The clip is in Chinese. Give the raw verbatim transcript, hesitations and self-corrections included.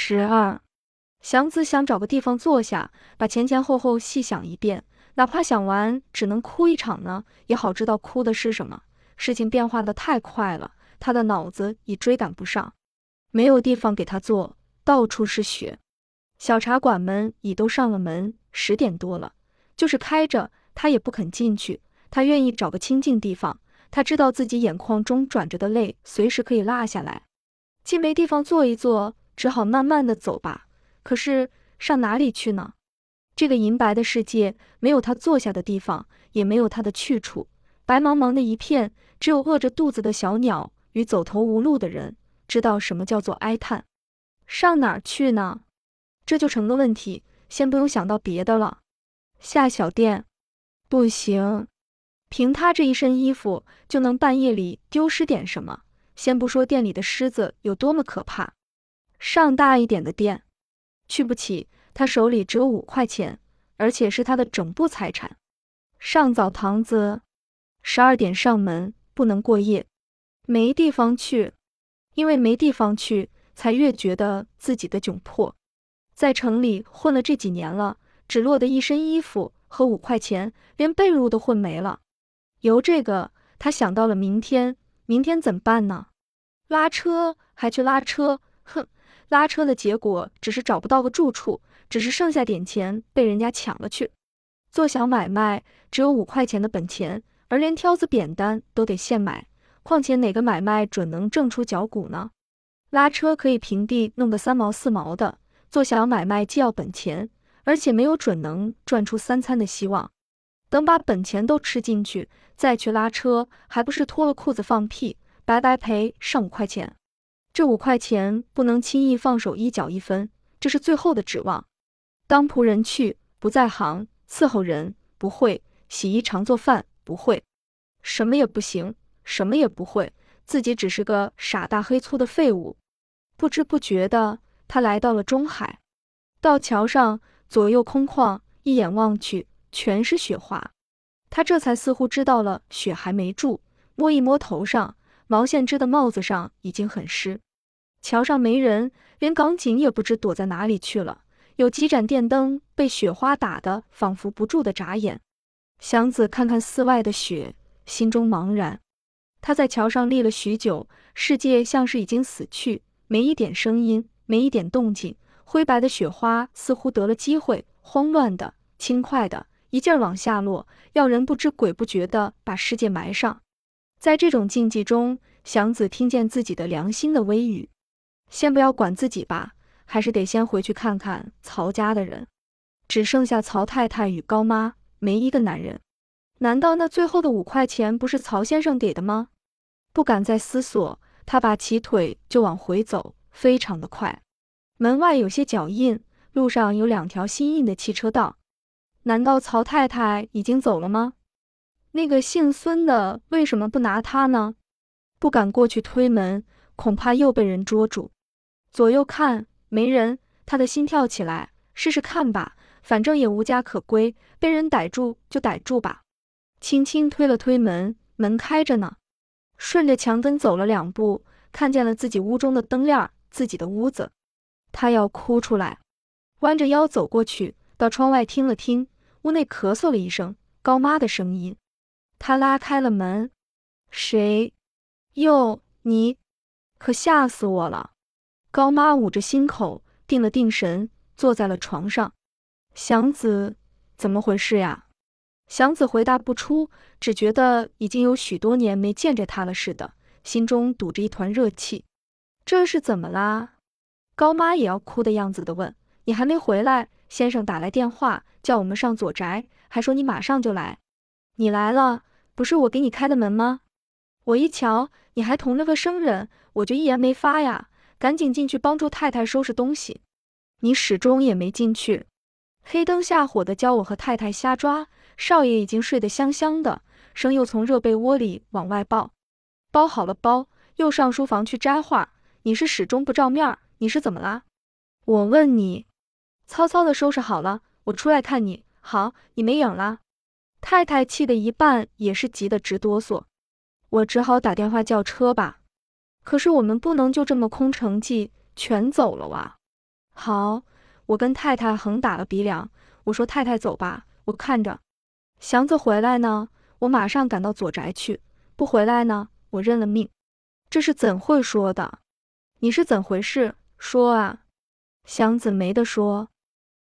十二，祥子想找个地方坐下，把前前后后细想一遍，哪怕想完只能哭一场呢，也好知道哭的是什么。事情变化的太快了，他的脑子已追赶不上。没有地方给他坐，到处是雪。小茶馆们已都上了门，十点多了，就是开着，他也不肯进去。他愿意找个清静地方，他知道自己眼眶中转着的泪随时可以落下来。既没地方坐一坐，只好慢慢的走吧。可是上哪里去呢？这个银白的世界没有他坐下的地方，也没有他的去处，白茫茫的一片，只有饿着肚子的小鸟与走投无路的人知道什么叫做哀叹。上哪儿去呢？这就成个问题，先不用想到别的了。下小店？不行，凭他这一身衣服，就能半夜里丢失点什么，先不说店里的狮子有多么可怕。上大一点的店？去不起，他手里只有五块钱，而且是他的整部财产。上澡堂子？十二点上门，不能过夜。没地方去，因为没地方去，才越觉得自己的窘迫。在城里混了这几年了，只落得一身衣服和五块钱，连被褥都混没了。由这个，他想到了明天，明天怎么办呢？拉车还去拉车，哼，拉车的结果只是找不到个住处，只是剩下点钱被人家抢了去。做小买卖只有五块钱的本钱，而连挑子扁担都得现买，况且哪个买卖准能挣出脚骨呢？拉车可以平地弄个三毛四毛的，做小买卖既要本钱，而且没有准能赚出三餐的希望。等把本钱都吃进去，再去拉车，还不是脱了裤子放屁，白白赔上五块钱。这五块钱不能轻易放手一角一分，这是最后的指望。当仆人去，不在行，伺候人不会，洗衣常做饭不会，什么也不行，什么也不会，自己只是个傻大黑粗的废物。不知不觉的，他来到了中海。到桥上，左右空旷，一眼望去全是雪花。他这才似乎知道了雪还没住，摸一摸头上，毛线织的帽子上已经很湿。桥上没人，连港警也不知躲在哪里去了。有几盏电灯被雪花打得仿佛不住的眨眼。祥子看看寺外的雪，心中茫然。他在桥上立了许久，世界像是已经死去，没一点声音，没一点动静。灰白的雪花似乎得了机会，慌乱的、轻快的，一劲儿往下落，要人不知鬼不觉地把世界埋上。在这种境寂中，祥子听见自己的良心的微语：先不要管自己吧，还是得先回去看看曹家的人。只剩下曹太太与高妈，没一个男人。难道那最后的五块钱不是曹先生给的吗？不敢再思索，他拔起腿就往回走，非常的快。门外有些脚印，路上有两条新印的汽车道。难道曹太太已经走了吗？那个姓孙的为什么不拿他呢？不敢过去推门，恐怕又被人捉住。左右看，没人，他的心跳起来，试试看吧，反正也无家可归，被人逮住就逮住吧。轻轻推了推门，门开着呢。顺着墙根走了两步，看见了自己屋中的灯链，自己的屋子。他要哭出来，弯着腰走过去，到窗外听了听，屋内咳嗽了一声，高妈的声音。他拉开了门：谁？哟，你？可吓死我了。高妈捂着心口，定了定神，坐在了床上。祥子，怎么回事呀？祥子回答不出，只觉得已经有许多年没见着他了似的，心中堵着一团热气。这是怎么啦？高妈也要哭的样子的问：你还没回来，先生打来电话叫我们上左宅，还说你马上就来。你来了，不是我给你开的门吗？我一瞧你还同了个生人，我就一言没发呀，赶紧进去帮助太太收拾东西。你始终也没进去，黑灯瞎火的教我和太太瞎抓。少爷已经睡得香香的，声又从热被窝里往外抱，包好了包，又上书房去摘画。你是始终不照面，你是怎么啦？我问你。糙糙的收拾好了，我出来看你。好，你没影啦。太太气得一半也是急得直哆嗦。我只好打电话叫车吧。可是我们不能就这么空城计全走了哇。 好，我跟太太横打了鼻梁，我说太太走吧，我看着祥子回来呢，我马上赶到左宅去，不回来呢，我认了命。这是怎会说的？你是怎回事？说啊！祥子没得说，